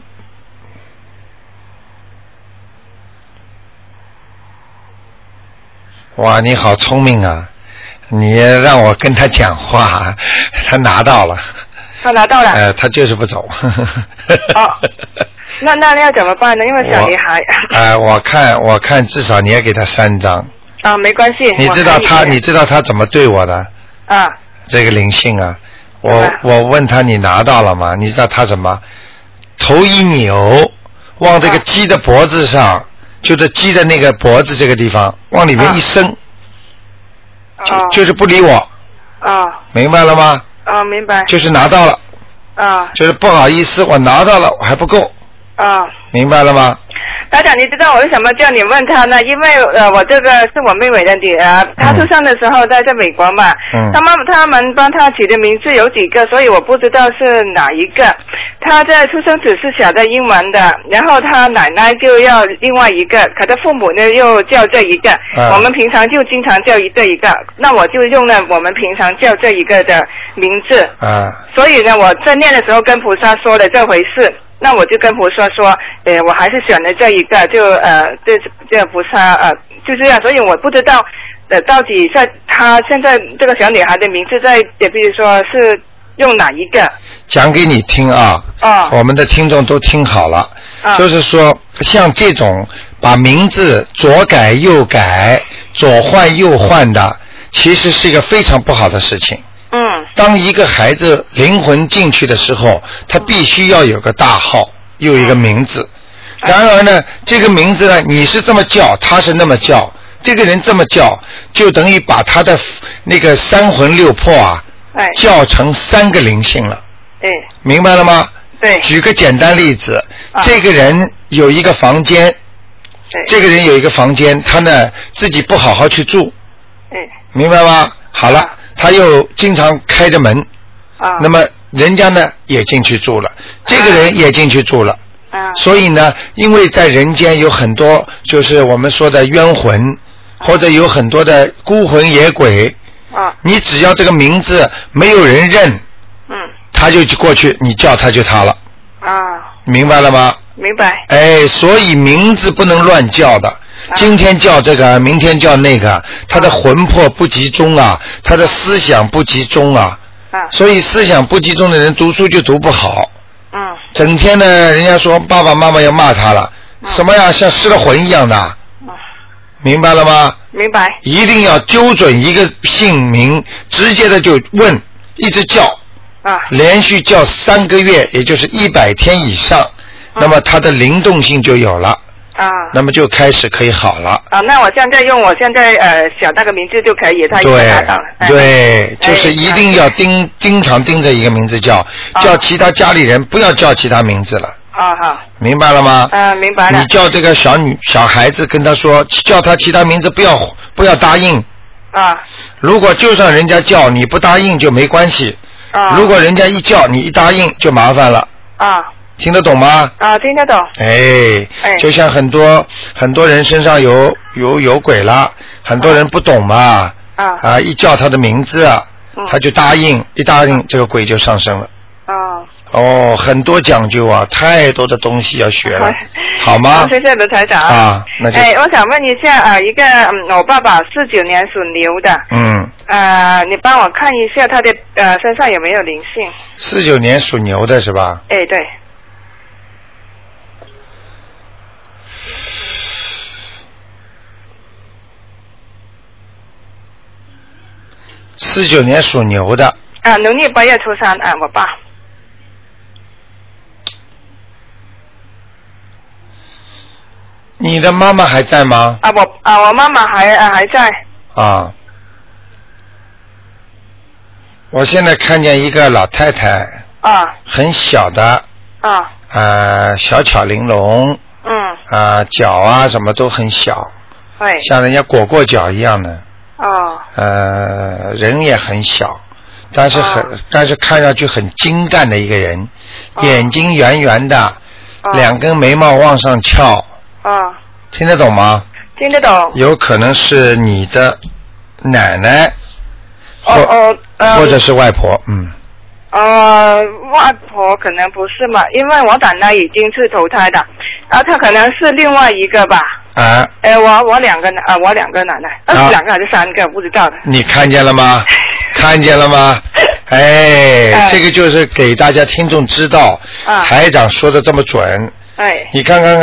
哇，你好聪明啊！你让我跟他讲话，他拿到了。 他拿到了。 呃，他就是不走。 哦。那那要怎么办呢？因为小女孩。 呃，我看我看，至少你要给他三张。 啊，没关系。 你知道他，你知道他怎么对我的？ 啊。 这个灵性啊，我我问他你拿到了吗？你知道他怎么？头一扭，往这个鸡的脖子上，啊、就这鸡的那个脖子这个地方，往里面一伸，啊、就就是不理我。 啊。 明白了吗？ 啊，明白。 就是拿到了。 啊。 就是不好意思，我拿到了，我还不够。 啊。明白了吗？ 台长，你知道我为什么叫你问他呢？因为呃，我这个是我妹妹的女儿，她出生的时候在这美国嘛，嗯，他们他们帮她起的名字有几个，所以我不知道是哪一个。她在出生只是写的英文的，然后她奶奶就要另外一个，可她父母呢又叫这一个，嗯，我们平常就经常叫一这一个，那我就用了我们平常叫这一个的名字，啊，所以呢，我在念的时候跟菩萨说了这回事。那我就跟菩萨说，呃，我还是选了这一个，就呃，这这菩萨呃就这样，所以我不知道，呃，到底在他现在这个小女孩的名字在，也比如说是用哪一个？ 讲给你听啊，啊，我们的听众都听好了，啊，就是说像这种把名字左改右改、左换右换的，其实是一个非常不好的事情。嗯，当一个孩子灵魂进去的时候，他必须要有个大号，有一个名字。然而呢，这个名字呢，你是这么叫，他是那么叫，这个人这么叫，就等于把他的那个三魂六魄啊，叫成三个灵性了。对，明白了吗？对。举个简单例子，这个人有一个房间，这个人有一个房间，他呢自己不好好去住，明白吗？好了。他又经常开着门，啊，那么人家呢也进去住了，这个人也进去住了，啊，所以呢，因为在人间有很多就是我们说的冤魂，啊，或者有很多的孤魂野鬼，啊，你只要这个名字没有人认，嗯，他就过去，你叫他就他了，啊，明白了吗？ 明白。 哎，所以名字不能乱叫的。今天叫这个，明天叫那个，他的魂魄不集中啊，他的思想不集中啊，所以思想不集中的人读书就读不好。嗯。整天呢，人家说爸爸妈妈要骂他了，什么呀，像失了魂一样的。明白了吗？ 明白。 一定要揪准一个姓名，直接的就问，一直叫。啊。连续叫三个月，也就是一百天以上，那么他的灵动性就有了。啊，那么就开始可以好了。 啊，那我现在用我现在呃小那个名字就可以，他已经拿到了。 对，对，就是一定要盯，经常盯着一个名字叫，叫其他家里人不要叫其他名字了。啊好。明白了吗？ 嗯，明白了。 你叫这个小女小孩子跟他说，叫他其他名字不要不要答应。啊。如果就算人家叫你不答应就没关系。啊。如果人家一叫你一答应就麻烦了。啊。听得懂吗？ 啊，听得懂。 哎，哎就像很多很多人身上有有有鬼了，很多人不懂嘛，啊，啊一叫他的名字，嗯、他就答应，一答应这个鬼就上升了。啊。哦，很多讲究啊，太多的东西要学了，哎、好吗？ 谢谢卢台长。 啊，那就。 哎，我想问一下啊，一个嗯，我爸爸四九年属牛的。嗯。呃，你帮我看一下他的呃身上有没有灵性？ 四九年属牛的是吧？ 哎，对。 四九年属牛的。 啊，农历八月初三啊，我爸。 你的妈妈还在吗？ 啊，我啊，我妈妈还啊还在。 啊。我现在看见一个老太太。啊。很小的。啊。呃，小巧玲珑。嗯。啊，脚啊什么都很小。对。像人家裹过脚一样的。哦。呃，人也很小，但是很，哦、但是看上去很精干的一个人，哦、眼睛圆圆的，哦、两根眉毛往上翘。哦。听得懂吗？ 听得懂。 有可能是你的奶奶。 哦哦。呃、 或者是外婆，嗯。 呃，外婆可能不是嘛，因为我奶奶已经是投胎的，然后她可能是另外一个吧。啊！哎，我我两个奶啊，我两个奶奶，啊，两个还是三个，不知道的。 你看见了吗？看见了吗？哎，哎这个就是给大家听众知道，啊、台长说的这么准。哎，你看看看，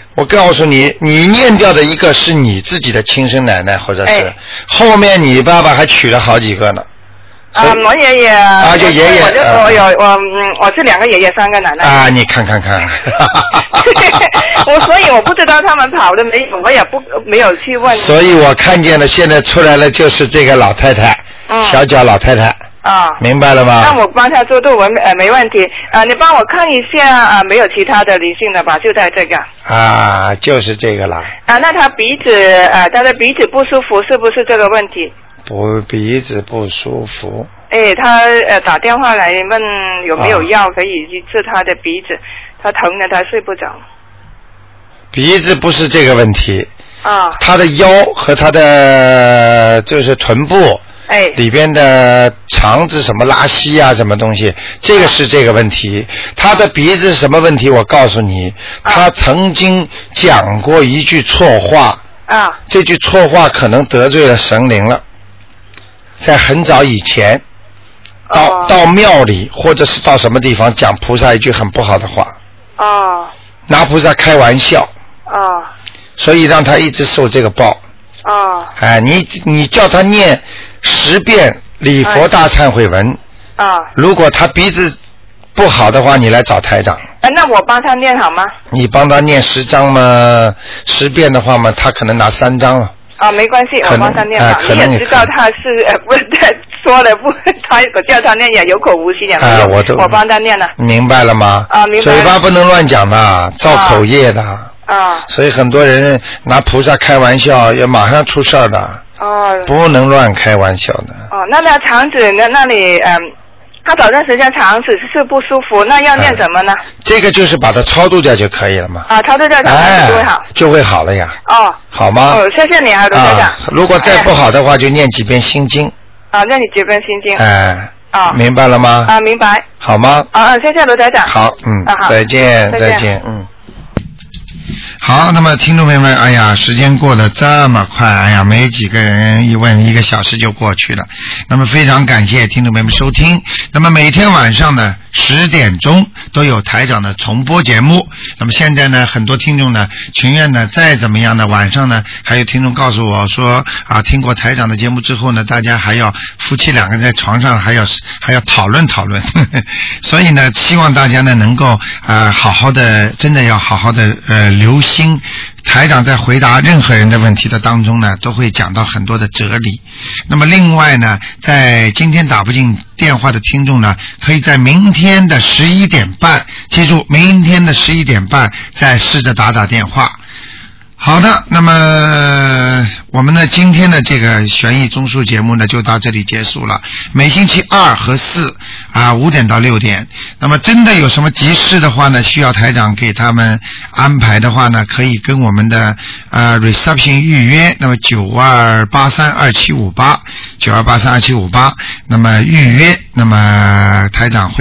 我告诉你，你念掉的一个是你自己的亲生奶奶，或者是、哎、后面你爸爸还娶了好几个呢。 啊，我爷爷啊，就爷爷， 我就我有我嗯，我是两个爷爷，三个奶奶。 啊，你看看看。 我所以我不知道他们跑的没有，我也不没有去问。 所以我看见了，现在出来了，就是这个老太太，嗯、小脚老太太。 啊， 明白了吗？ 那我帮他做做文呃没问题啊，你帮我看一下啊，没有其他的灵性的吧？就在这个。 啊，就是这个啦。 啊，那他鼻子啊，他的鼻子不舒服，是不是这个问题？ 不，鼻子不舒服。 哎，他呃打电话来问有没有药可以治他的鼻子，啊、他疼的他睡不着。 鼻子不是这个问题。 啊。 他的腰和他的就是臀部。 哎， 里边的肠子什么拉稀啊，什么东西，这个是这个问题。他的鼻子什么问题？我告诉你，他曾经讲过一句错话。 啊。 这句错话可能得罪了神灵了。在很早以前，到、哦、到庙里或者是到什么地方讲菩萨一句很不好的话。 哦。 拿菩萨开玩笑。 哦。 所以让他一直受这个报。 哦。 哎，你你叫他念十遍礼佛大忏悔文。 啊。 如果他鼻子不好的话，你来找台长。 哎，那我帮他念好吗？ 你帮他念十章嘛，十遍的话嘛，他可能拿三章了。 啊，没关系，我帮他念好。 啊、 你也知道他是呃不说了不，他我叫他念也有口无心也没有。 啊，我都我帮他念了。 明白了吗？ 啊，明白了。 嘴巴不能乱讲的，造口业的。 啊。 所以很多人拿菩萨开玩笑，要马上出事儿的。 哦。 不能乱开玩笑的。 哦，那那肠子那那里嗯。他早段时间肠子是不舒服，那要念什么呢？ 这个就是把它超度掉就可以了嘛。 啊，超度掉，肠子就会好、哎， 就会好了呀。 哦， 好吗？ 哦，谢谢你啊，罗台长。 如果再不好的话，哎、就念几遍心经。 啊，念你几遍心经。 哎。 啊。 明白了吗？ 啊，明白。 好吗？ 啊，谢谢罗台长。 好，嗯， 啊、好再见，再见，嗯。好，那么听众朋友们，哎呀，时间过得这么快，哎呀，没几个人一问，一个小时就过去了。那么非常感谢听众朋友们收听。那么每天晚上呢十点钟都有台长的重播节目。那么现在呢，很多听众呢情愿呢再怎么样呢，晚上呢还有听众告诉我说啊，听过台长的节目之后呢，大家还要夫妻两个在床上还要还要讨论讨论。呵呵所以呢，希望大家呢能够呃好好的，真的要好好的呃留心。台长在回答任何人的问题的当中呢，都会讲到很多的哲理。那么另外呢，在今天打不进电话的听众呢，可以在明天的十一点半，记住明天的十一点半再试着打打电话。好的，那么我们呢今天的这个悬疑综述节目呢就到这里结束了。每星期二和四啊五点到六点，那么真的有什么急事的话呢，需要台长给他们安排的话呢，可以跟我们的呃 reception 预约，那么九二八三二七五八九二八三二七五八，那么预约，那么台长会